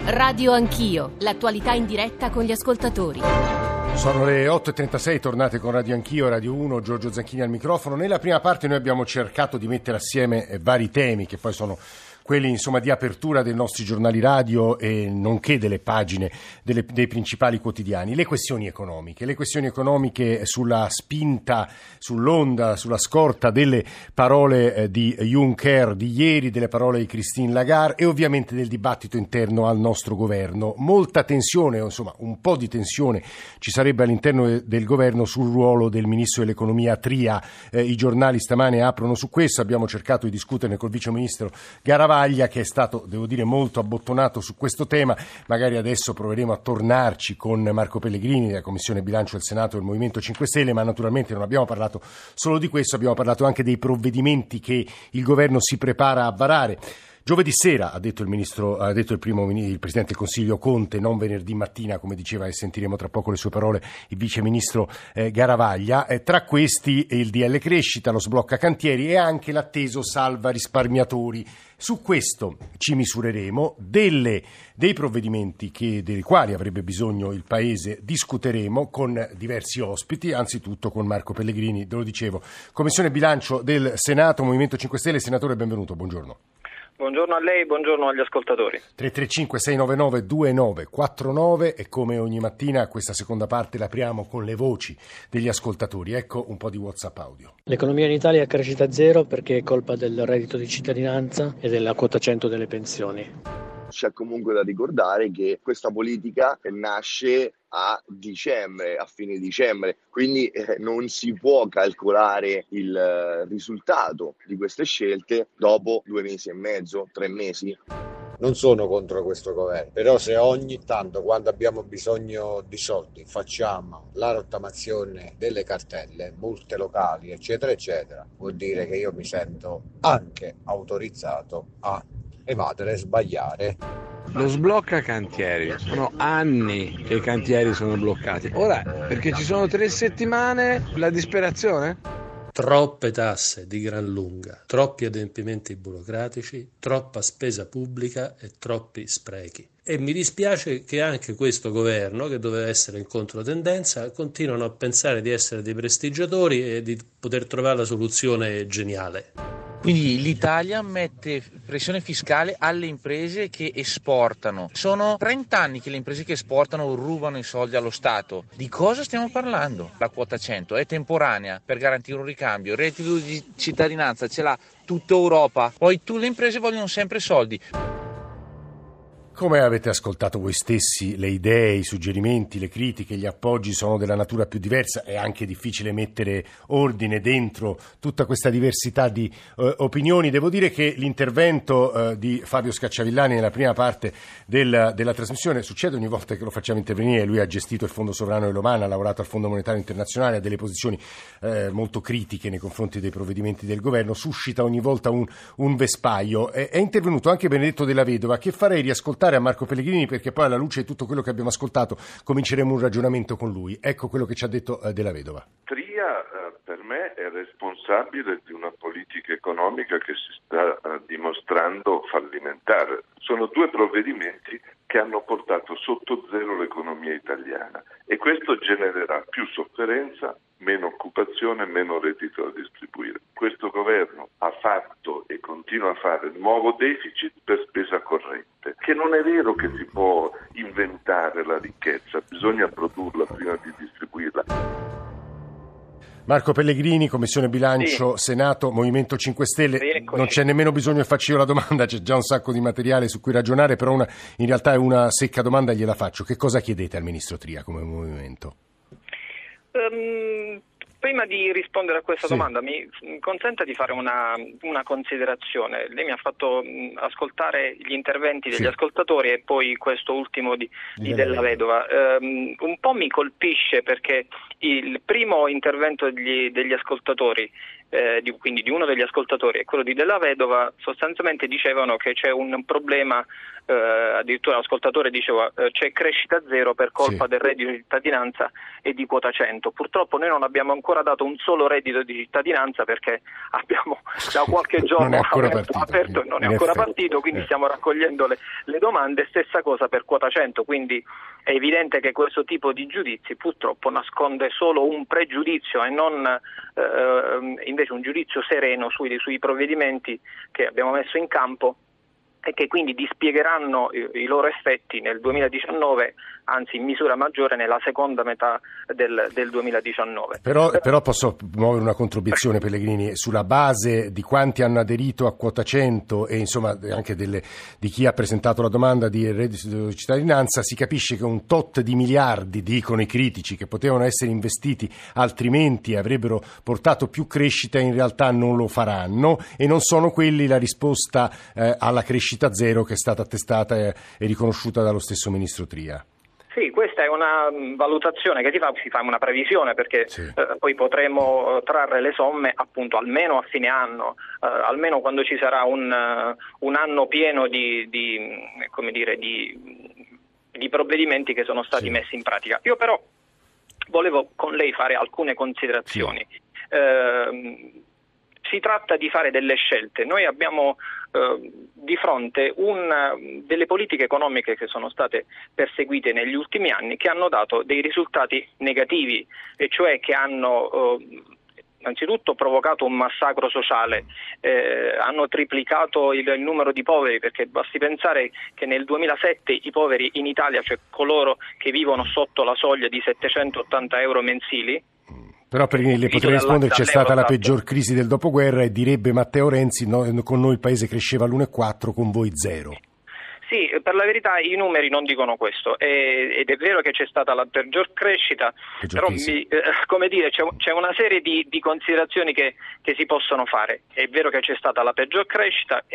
Radio Anch'io, l'attualità in diretta con gli ascoltatori. Sono le 8.36, tornate con Radio Anch'io, Radio 1, Giorgio Zanchini al microfono. Nella prima parte noi abbiamo cercato di mettere assieme vari temi che poi sono quelli insomma di apertura dei nostri giornali radio e nonché delle pagine dei principali quotidiani. Le questioni economiche sulla spinta, sull'onda, sulla scorta delle parole di Juncker di ieri, delle parole di Christine Lagarde e ovviamente del dibattito interno al nostro governo. Molta tensione, insomma un po' di tensione ci sarebbe all'interno del governo sul ruolo del ministro dell'economia Tria. I giornali stamane aprono su questo, abbiamo cercato di discuterne col vice ministro Garavaglia, che è stato, devo dire, molto abbottonato su questo tema. Magari adesso proveremo a tornarci con Marco Pellegrini della Commissione Bilancio del Senato del Movimento 5 Stelle, ma naturalmente non abbiamo parlato solo di questo, abbiamo parlato anche dei provvedimenti che il governo si prepara a varare. Giovedì sera, ha detto il Presidente del Consiglio Conte, non venerdì mattina, come diceva, e sentiremo tra poco le sue parole, il Vice Ministro Garavaglia. Tra questi il DL Crescita, lo sblocca cantieri e anche l'atteso salva risparmiatori. Su questo ci misureremo, dei provvedimenti dei quali avrebbe bisogno il Paese discuteremo con diversi ospiti, anzitutto con Marco Pellegrini, ve lo dicevo, Commissione Bilancio del Senato, Movimento 5 Stelle. Senatore, benvenuto, buongiorno. Buongiorno a lei, buongiorno agli ascoltatori. 335-699-2949 e come ogni mattina questa seconda parte l'apriamo con le voci degli ascoltatori. Ecco un po' di WhatsApp audio. L'economia in Italia è crescita zero perché è colpa del reddito di cittadinanza e della quota 100 delle pensioni. C'è comunque da ricordare che questa politica nasce a fine dicembre, quindi non si può calcolare il risultato di queste scelte dopo 2 mesi e mezzo, 3 mesi. Non sono contro questo governo, però se ogni tanto, quando abbiamo bisogno di soldi, facciamo la rottamazione delle cartelle, multe locali, eccetera, eccetera, vuol dire che io mi sento anche autorizzato a evadere e sbagliare. Lo sblocca cantieri, sono anni che i cantieri sono bloccati. Ora, perché ci sono 3 settimane, la disperazione? Troppe tasse di gran lunga, troppi adempimenti burocratici, troppa spesa pubblica e troppi sprechi. E mi dispiace che anche questo governo, che doveva essere in controtendenza, continuano a pensare di essere dei prestigiatori e di poter trovare la soluzione geniale. Quindi l'Italia mette pressione fiscale alle imprese che esportano. Sono 30 anni che le imprese che esportano rubano i soldi allo Stato. Di cosa stiamo parlando? La quota 100 è temporanea per garantire un ricambio. Il reddito di cittadinanza ce l'ha tutta Europa. Poi le imprese vogliono sempre soldi. Come avete ascoltato voi stessi, le idee, i suggerimenti, le critiche, gli appoggi sono della natura più diversa. È anche difficile mettere ordine dentro tutta questa diversità di opinioni. Devo dire che l'intervento di Fabio Scacciavillani nella prima parte della trasmissione, succede ogni volta che lo facciamo intervenire, lui ha gestito il Fondo Sovrano dell'Oman, ha lavorato al Fondo Monetario Internazionale, ha delle posizioni molto critiche nei confronti dei provvedimenti del governo, suscita ogni volta un vespaio. È intervenuto anche Benedetto Della Vedova, che farei riascoltare a Marco Pellegrini, perché poi alla luce di tutto quello che abbiamo ascoltato cominceremo un ragionamento con lui. Ecco quello che ci ha detto Della Vedova. Tria per me è responsabile di una politica economica che si sta dimostrando fallimentare. Sono 2 provvedimenti che hanno portato sotto zero l'economia italiana e questo genererà più sofferenza, meno occupazione, meno reddito da distribuire. Questo governo ha fatto e continua a fare nuovo deficit per spesa corrente, che non è vero che si può inventare la ricchezza, bisogna produrla prima di distribuirla. Marco Pellegrini, Commissione Bilancio, sì. Senato, Movimento 5 Stelle. Eccoci. Non c'è nemmeno bisogno che faccio io la domanda, c'è già un sacco di materiale su cui ragionare, però in realtà è una secca domanda, gliela faccio. Che cosa chiedete al Ministro Tria come movimento? Prima di rispondere a questa domanda mi consenta di fare una considerazione. Lei mi ha fatto ascoltare gli interventi degli ascoltatori e poi questo ultimo di Della Vedova. Un po' mi colpisce perché il primo intervento degli ascoltatori quindi di uno degli ascoltatori e quello di Della Vedova, sostanzialmente dicevano che c'è un problema, addirittura l'ascoltatore diceva c'è crescita zero per colpa del reddito di cittadinanza e di quota 100. Purtroppo noi non abbiamo ancora dato un solo reddito di cittadinanza perché abbiamo da qualche giorno aperto e non è ancora partito, quindi stiamo raccogliendo le domande. Stessa cosa per quota 100, quindi è evidente che questo tipo di giudizi purtroppo nasconde solo un pregiudizio e non invece un giudizio sereno sui provvedimenti che abbiamo messo in campo e che quindi dispiegheranno i loro effetti nel 2019, anzi in misura maggiore nella seconda metà del 2019. Però posso muovere una controobiezione, Pellegrini, sulla base di quanti hanno aderito a quota 100 e insomma anche di chi ha presentato la domanda di reddito di cittadinanza, si capisce che un tot di miliardi, dicono i critici, che potevano essere investiti altrimenti avrebbero portato più crescita, in realtà non lo faranno e non sono quelli la risposta alla crescita zero che è stata attestata e riconosciuta dallo stesso ministro Tria. Sì, questa è una valutazione che si fa una previsione perché poi potremo trarre le somme appunto almeno a fine anno, almeno quando ci sarà un anno pieno di provvedimenti che sono stati messi in pratica. Io però volevo con lei fare alcune considerazioni. Si tratta di fare delle scelte. Noi abbiamo di fronte delle politiche economiche che sono state perseguite negli ultimi anni che hanno dato dei risultati negativi, e cioè che hanno innanzitutto provocato un massacro sociale, hanno triplicato il numero di poveri, perché basti pensare che nel 2007 i poveri in Italia, cioè coloro che vivono sotto la soglia di 780 euro mensili. Però le potrei rispondere, c'è stata la peggior crisi del dopoguerra e direbbe Matteo Renzi, con noi il paese cresceva all'1,4, con voi 0. Sì, per la verità i numeri non dicono questo ed è vero che c'è stata la peggior crescita, però c'è una serie di considerazioni che si possono fare. È vero che c'è stata la peggior crescita,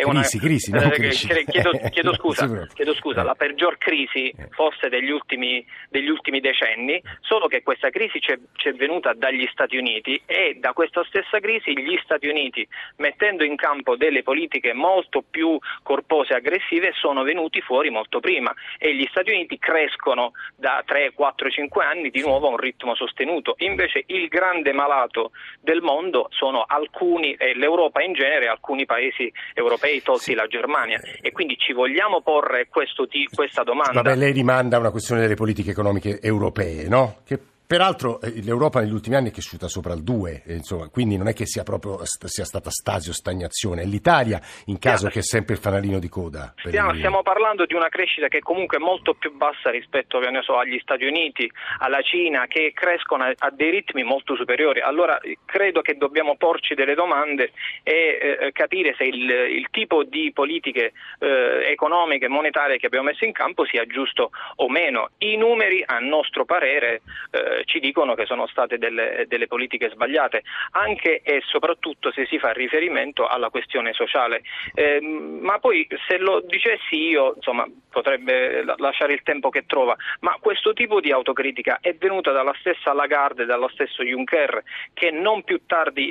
chiedo scusa, la peggior crisi forse degli ultimi decenni, solo che questa crisi c'è venuta dagli Stati Uniti e da questa stessa crisi gli Stati Uniti, mettendo in campo delle politiche molto più corpose e aggressive, sono venuti fuori molto prima e gli Stati Uniti crescono da 3, 4, 5 anni di nuovo a un ritmo sostenuto. Invece il grande malato del mondo sono alcuni, l'Europa in genere, alcuni paesi europei, tolti la Germania, e quindi ci vogliamo porre questa domanda. Vabbè, lei rimanda a una questione delle politiche economiche europee, no? Che peraltro l'Europa negli ultimi anni è cresciuta sopra il 2, insomma, quindi non è che sia stata stasi o stagnazione, è l'Italia in caso che è sempre il fanalino di coda. Stiamo parlando di una crescita che comunque è molto più bassa rispetto agli Stati Uniti, alla Cina, che crescono a dei ritmi molto superiori. Allora credo che dobbiamo porci delle domande e capire se il tipo di politiche economiche e monetarie che abbiamo messo in campo sia giusto o meno. I numeri, a nostro parere, ci dicono che sono state delle politiche sbagliate, anche e soprattutto se si fa riferimento alla questione sociale. Ma poi se lo dicessi io, insomma, potrebbe lasciare il tempo che trova, ma questo tipo di autocritica è venuta dalla stessa Lagarde e dallo stesso Juncker, che non più tardi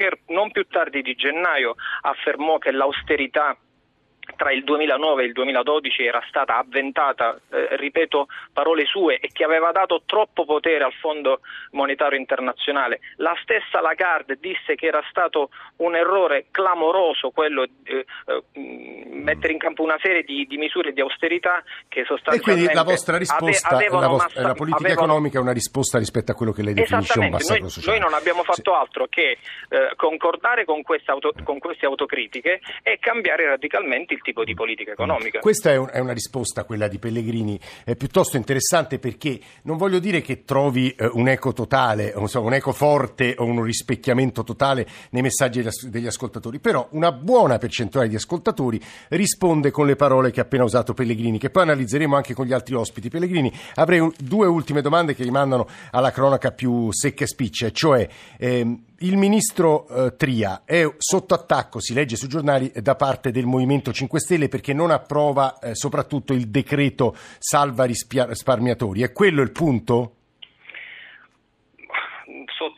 di gennaio affermò che l'austerità tra il 2009 e il 2012 era stata avventata, ripeto parole sue, e che aveva dato troppo potere al Fondo Monetario Internazionale. La stessa Lagarde disse che era stato un errore clamoroso quello mettere in campo una serie di misure di austerità che sostanzialmente... E quindi la vostra risposta, la politica economica è una risposta rispetto a quello che lei definisce un massacro sociale. Noi non abbiamo fatto altro che concordare con queste autocritiche e cambiare radicalmente il tipo di politica economica. Questa è una risposta, quella di Pellegrini, piuttosto interessante, perché non voglio dire che trovi un eco totale, un eco forte o un rispecchiamento totale nei messaggi degli ascoltatori, però una buona percentuale di ascoltatori risponde con le parole che ha appena usato Pellegrini, che poi analizzeremo anche con gli altri ospiti. Pellegrini, avrei due ultime domande che rimandano alla cronaca più secca e spiccia, cioè il ministro Tria è sotto attacco, si legge sui giornali, da parte del Movimento 5 Stelle perché non approva soprattutto il decreto salva risparmiatori. È quello il punto? Sotto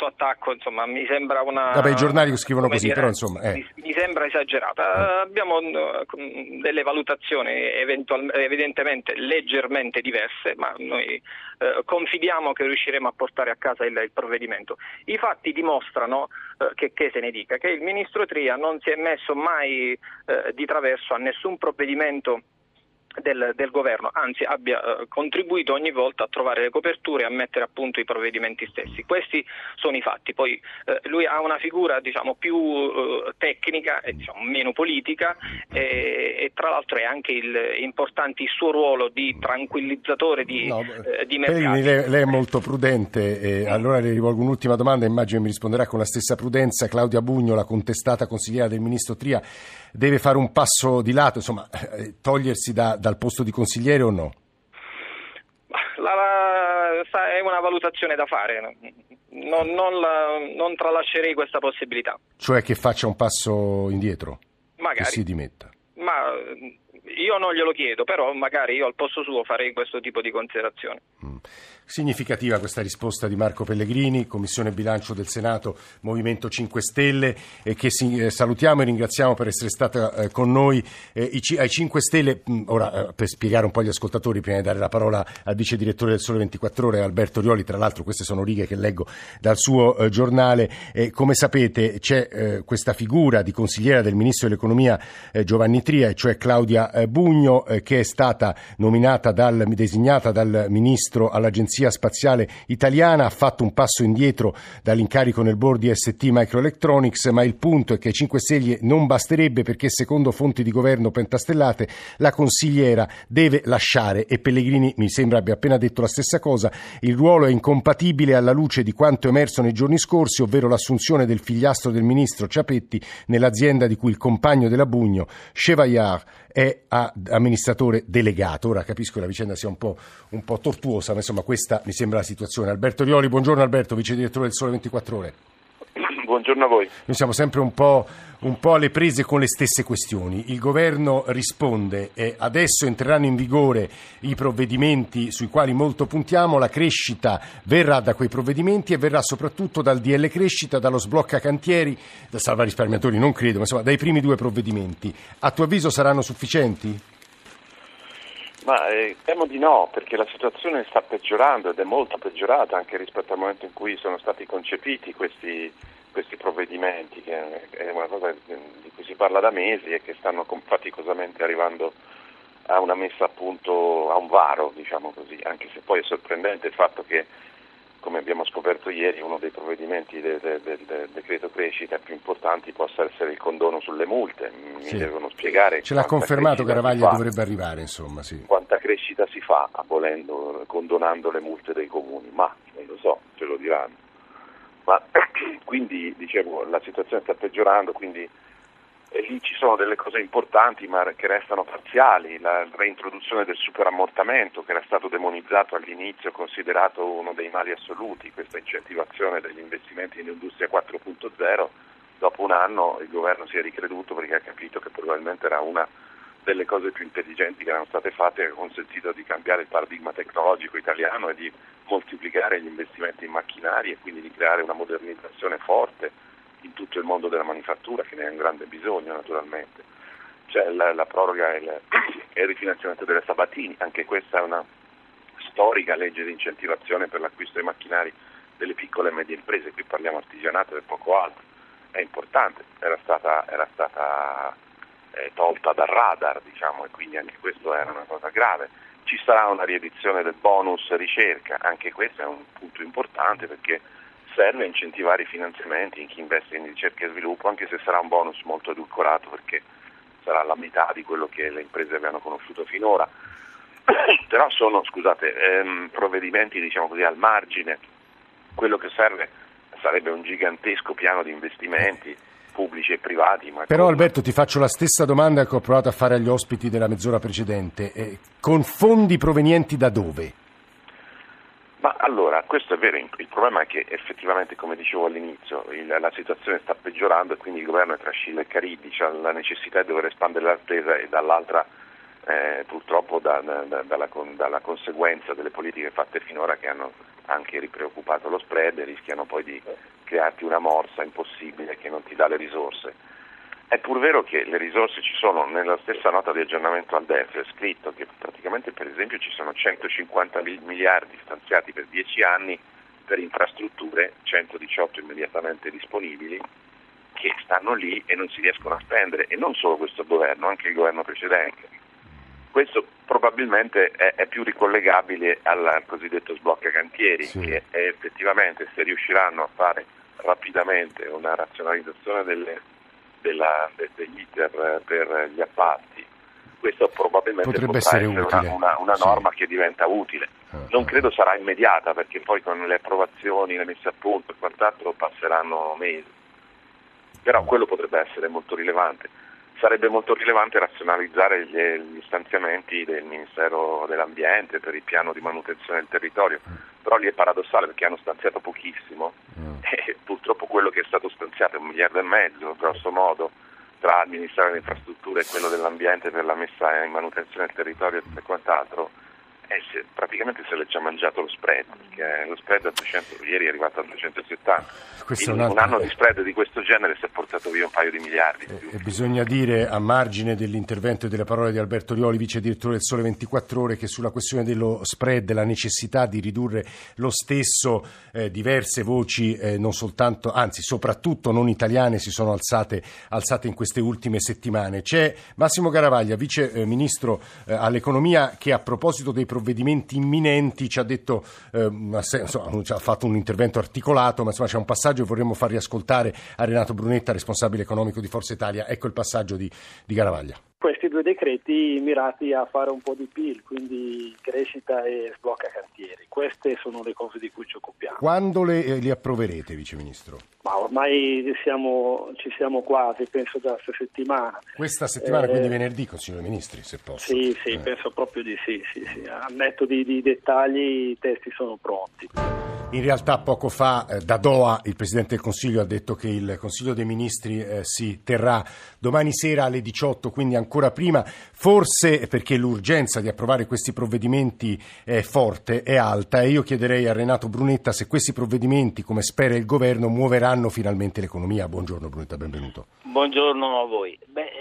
questo attacco, insomma, mi sembra una... Vabbè, i giornali scrivono così, dire, però insomma... Mi sembra esagerata. Abbiamo delle valutazioni evidentemente leggermente diverse, ma noi confidiamo che riusciremo a portare a casa il provvedimento. I fatti dimostrano, che se ne dica, che il ministro Tria non si è messo mai di traverso a nessun provvedimento del governo, anzi abbia contribuito ogni volta a trovare le coperture e a mettere a punto i provvedimenti stessi. Questi sono i fatti. Poi lui ha una figura, diciamo, più tecnica e, diciamo, meno politica, e tra l'altro è anche importante il suo ruolo di tranquillizzatore di mercati. Lei è molto prudente, allora le rivolgo un'ultima domanda, immagino mi risponderà con la stessa prudenza. Claudia Bugno, la contestata consigliera del ministro Tria, deve fare un passo di lato, insomma, togliersi dal posto di consigliere o no? È una valutazione da fare, non tralascerei questa possibilità. Cioè che faccia un passo indietro? Magari. Che si dimetta? Ma io non glielo chiedo, però magari io al posto suo farei questo tipo di considerazione. Significativa questa risposta di Marco Pellegrini, Commissione Bilancio del Senato, Movimento 5 Stelle, che salutiamo e ringraziamo per essere stata con noi. Ai 5 Stelle, ora per spiegare un po' agli ascoltatori, prima di dare la parola al vice direttore del Sole 24 Ore, Alberto Rioli, tra l'altro queste sono righe che leggo dal suo giornale, come sapete c'è questa figura di consigliera del Ministro dell'Economia Giovanni Tria, e cioè Claudia Bugno, che è stata designata dal Ministro all'Agenzia Spaziale Italiana, ha fatto un passo indietro dall'incarico nel board di ST Microelectronics, ma il punto è che ai 5 Stelle non basterebbe, perché secondo fonti di governo pentastellate la consigliera deve lasciare, e Pellegrini mi sembra abbia appena detto la stessa cosa. Il ruolo è incompatibile alla luce di quanto emerso nei giorni scorsi, ovvero l'assunzione del figliastro del ministro Ciapetti nell'azienda di cui il compagno della Bugno, Chevalier, è amministratore delegato. Ora capisco che la vicenda sia un po' tortuosa, ma insomma questa mi sembra la situazione. Alberto Rioli, buongiorno Alberto, vice direttore del Sole 24 Ore. Buongiorno a voi. Noi siamo sempre un po' alle prese con le stesse questioni. Il governo risponde e adesso entreranno in vigore i provvedimenti sui quali molto puntiamo. La crescita verrà da quei provvedimenti e verrà soprattutto dal DL Crescita, dallo sblocca cantieri, da salva risparmiatori non credo, ma insomma dai primi due provvedimenti. A tuo avviso saranno sufficienti? Ma temo di no, perché la situazione sta peggiorando ed è molto peggiorata anche rispetto al momento in cui sono stati concepiti questi provvedimenti, che è una cosa di cui si parla da mesi e che stanno faticosamente arrivando a una messa a punto, a un varo, diciamo così, anche se poi è sorprendente il fatto che, come abbiamo scoperto ieri, uno dei provvedimenti del decreto crescita più importanti possa essere il condono sulle multe. Mi devono spiegare. Ce l'ha confermato Garavaglia, dovrebbe arrivare, insomma, sì. Quanta crescita si fa condonando le multe dei comuni? Ma non lo so, ce lo diranno. Ma quindi, dicevo, la situazione sta peggiorando, quindi lì ci sono delle cose importanti ma che restano parziali. La reintroduzione del superammortamento, che era stato demonizzato all'inizio, considerato uno dei mali assoluti, questa incentivazione degli investimenti in industria 4.0, dopo un anno il governo si è ricreduto perché ha capito che probabilmente era una delle cose più intelligenti che erano state fatte, che ha consentito di cambiare il paradigma tecnologico italiano e di moltiplicare gli investimenti in macchinari e quindi di creare una modernizzazione forte in tutto il mondo della manifattura, che ne ha un grande bisogno naturalmente. C'è la proroga e il rifinanziamento delle Sabatini, anche questa è una storica legge di incentivazione per l'acquisto dei macchinari delle piccole e medie imprese, qui parliamo artigianato e poco altro, è importante, era stata tolta dal radar, diciamo, e quindi anche questo era una cosa grave. Ci sarà una riedizione del bonus ricerca, anche questo è un punto importante perché serve a incentivare i finanziamenti in chi investe in ricerca e sviluppo, anche se sarà un bonus molto edulcorato perché sarà la metà di quello che le imprese avevano conosciuto finora. Però sono, provvedimenti, diciamo così, al margine. Quello che serve sarebbe un gigantesco piano di investimenti pubblici e privati. Però Alberto, ti faccio la stessa domanda che ho provato a fare agli ospiti della mezz'ora precedente. Con fondi provenienti da dove? Ma allora, questo è vero, il problema è che effettivamente, come dicevo all'inizio, la situazione sta peggiorando e quindi il governo è tra Scilla e Cariddi, c'ha la necessità di dover espandere la spesa e dall'altra purtroppo dalla conseguenza delle politiche fatte finora che hanno anche ripreoccupato lo spread e rischiano poi di crearti una morsa impossibile che non ti dà le risorse. È pur vero che le risorse ci sono. Nella stessa nota di aggiornamento al DEF è scritto che praticamente, per esempio, ci sono 150 miliardi stanziati per 10 anni per infrastrutture, 118 immediatamente disponibili, che stanno lì e non si riescono a spendere, e non solo questo governo, anche il governo precedente. Questo probabilmente è più ricollegabile al cosiddetto sblocca cantieri, sì, che è effettivamente, se riusciranno a fare rapidamente una razionalizzazione degli iter per gli appalti, questo probabilmente potrebbe potrà essere utile. Una norma che diventa utile. Non credo sarà immediata, perché poi con le approvazioni, le messe a punto e quant'altro passeranno mesi, però quello potrebbe essere molto rilevante. Sarebbe molto rilevante razionalizzare gli stanziamenti del Ministero dell'Ambiente per il piano di manutenzione del territorio, però lì è paradossale perché hanno stanziato pochissimo e purtroppo quello che è stato stanziato è 1,5 miliardi, grosso modo, tra il Ministero delle Infrastrutture e quello dell'Ambiente per la messa in manutenzione del territorio e quant'altro. Praticamente se l'è già mangiato lo spread, perché lo spread a 300, ieri è arrivato a 370. Un anno di spread di questo genere si è portato via un paio di miliardi. E bisogna dire, a margine dell'intervento e delle parole di Alberto Rioli, vice direttore del Sole 24 Ore, che sulla questione dello spread, la necessità di ridurre lo stesso, diverse voci, non soltanto, anzi soprattutto non italiane, si sono alzate in queste ultime settimane. C'è Massimo Garavaglia, vice ministro all'economia, che a proposito dei provvedimenti imminenti ci ha detto, ci ha fatto un intervento articolato, ma insomma c'è un passaggio che vorremmo far riascoltare a Renato Brunetta, responsabile economico di Forza Italia. Ecco il passaggio di Garavaglia. Questi due decreti mirati a fare un po' di PIL, quindi crescita e sblocca cantieri. Queste sono le cose di cui ci occupiamo. Quando li approverete, Vice Ministro? Ma ormai ci siamo quasi, penso da questa settimana. Questa settimana, quindi venerdì, Consiglio dei Ministri, se posso. Sì, penso proprio di sì. Al netto di dettagli, i testi sono pronti. In realtà poco fa da Doha il Presidente del Consiglio ha detto che il Consiglio dei Ministri si terrà domani sera alle 18, quindi ancora prima, forse perché l'urgenza di approvare questi provvedimenti è forte, è alta, e io chiederei a Renato Brunetta se questi provvedimenti, come spera il Governo, muoveranno finalmente l'economia. Buongiorno Brunetta, benvenuto. Buongiorno a voi.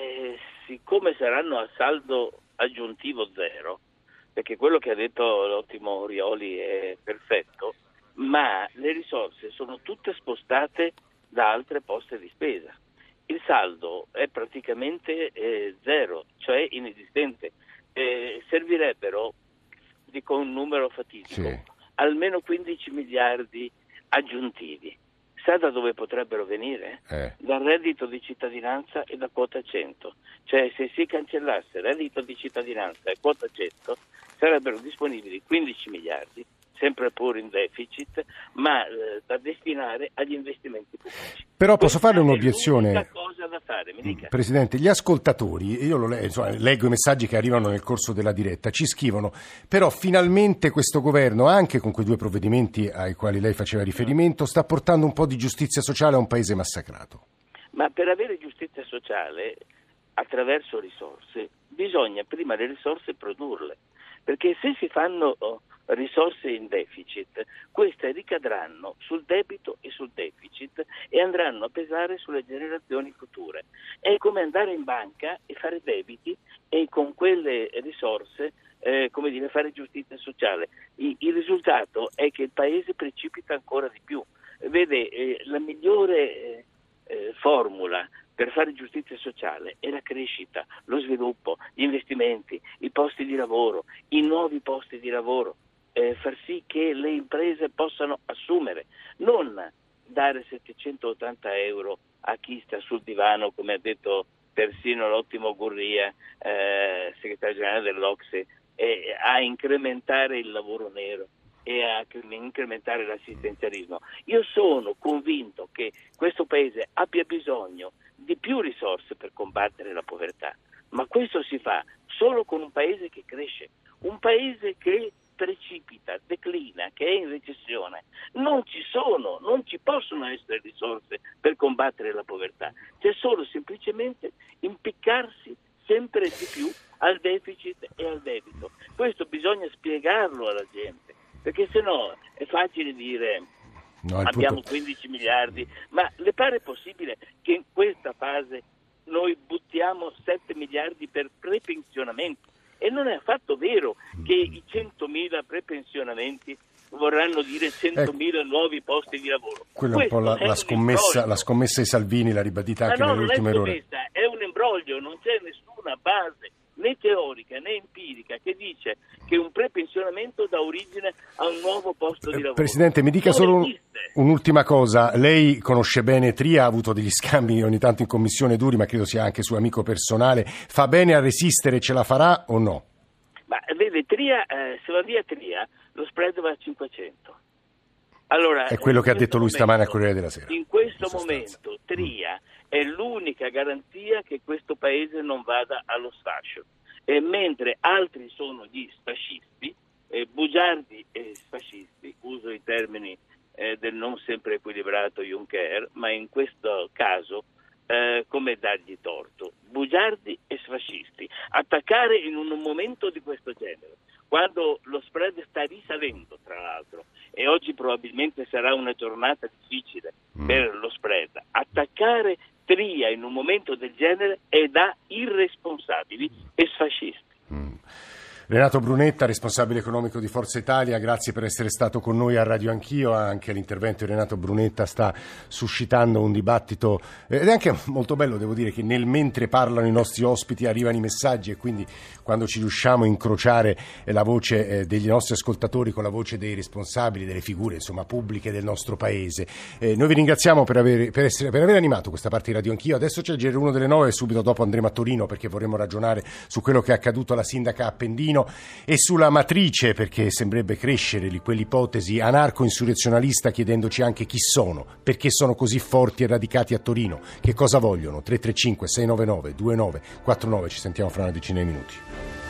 Siccome saranno a saldo aggiuntivo zero, perché quello che ha detto l'ottimo Rioli è perfetto, ma le risorse sono tutte spostate da altre poste di spesa. Il saldo è praticamente zero, cioè inesistente. Servirebbero, dico un numero fatidico, almeno 15 miliardi aggiuntivi. Sa da dove potrebbero venire? Dal reddito di cittadinanza e da quota 100. Cioè, se si cancellasse reddito di cittadinanza e quota 100, sarebbero disponibili 15 miliardi, sempre pur in deficit, ma da destinare agli investimenti pubblici. Però posso fare un'obiezione? È l'unica cosa da fare, mi dica. Presidente, gli ascoltatori, io leggo i messaggi che arrivano nel corso della diretta, ci scrivono, però finalmente questo governo, anche con quei due provvedimenti ai quali lei faceva riferimento, sta portando un po' di giustizia sociale a un paese massacrato. Ma per avere giustizia sociale attraverso risorse, bisogna prima le risorse produrle, perché se si fanno risorse in deficit, queste ricadranno sul debito e sul deficit e andranno a pesare sulle generazioni future. È come andare in banca e fare debiti e con quelle risorse fare giustizia sociale. Il risultato è che il paese precipita ancora di più. Vede, la migliore formula per fare giustizia sociale è la crescita, lo sviluppo, gli investimenti, i posti di lavoro, i nuovi posti di lavoro, far sì che le imprese possano assumere, non dare 780 euro a chi sta sul divano, come ha detto persino l'ottimo Gurria, segretario generale dell'Ocse, a incrementare il lavoro nero e a incrementare l'assistenzialismo. Io sono convinto che questo paese abbia bisogno di più risorse per combattere la povertà, ma questo si fa solo con un paese che cresce, un paese che precipita, declina, che è in recessione. Non ci possono essere risorse per combattere la povertà, c'è solo semplicemente impiccarsi sempre di più al deficit e al debito. Questo bisogna spiegarlo alla gente, perché sennò è facile dire abbiamo 15 miliardi, ma le pare possibile che in questa fase noi buttiamo 7 miliardi per prepensionamenti? E non è affatto vero che i 100.000 prepensionamenti vorranno dire 100.000 nuovi posti di lavoro. Quella è un po' la scommessa di Salvini, l'ha ribadita anche nelle ultime ore. È un imbroglio, non c'è nessuna base né teorica né empirica che dice che un prepensionamento dà origine a un nuovo posto di lavoro. Presidente, mi dica solo un'ultima cosa. Lei conosce bene Tria, ha avuto degli scambi ogni tanto in commissione duri, ma credo sia anche suo amico personale. Fa bene a resistere, ce la farà o no? Ma vede, Tria, se va via Tria, lo spread va a 500. Allora, è quello che ha detto lui stamane al Corriere della Sera. In questo momento Tria è l'unica garanzia che questo paese non vada allo sfascio, e mentre altri sono gli sfascisti, bugiardi e sfascisti, uso i termini del non sempre equilibrato Juncker, ma in questo caso come dargli torto, bugiardi e sfascisti, attaccare in un momento di questo genere, quando lo spread sta risalendo tra l'altro, e oggi probabilmente sarà una giornata difficile per lo spread, attaccare Tria in un momento del genere è da irresponsabili e sfascisti. Renato Brunetta, responsabile economico di Forza Italia, grazie per essere stato con noi a Radio Anch'io. Anche l'intervento di Renato Brunetta sta suscitando un dibattito ed è anche molto bello, devo dire, che nel mentre parlano i nostri ospiti arrivano i messaggi, e quindi quando ci riusciamo a incrociare la voce degli nostri ascoltatori con la voce dei responsabili, delle figure insomma pubbliche del nostro paese. Noi vi ringraziamo per aver animato questa parte di Radio Anch'io. Adesso c'è il GR1 delle 9 e subito dopo andremo a Torino, perché vorremmo ragionare su quello che è accaduto alla sindaca Appendino e sulla matrice, perché sembrerebbe crescere quell'ipotesi anarco-insurrezionalista, chiedendoci anche chi sono, perché sono così forti e radicati a Torino, che cosa vogliono. 335 699 2949. Ci sentiamo fra una decina di minuti.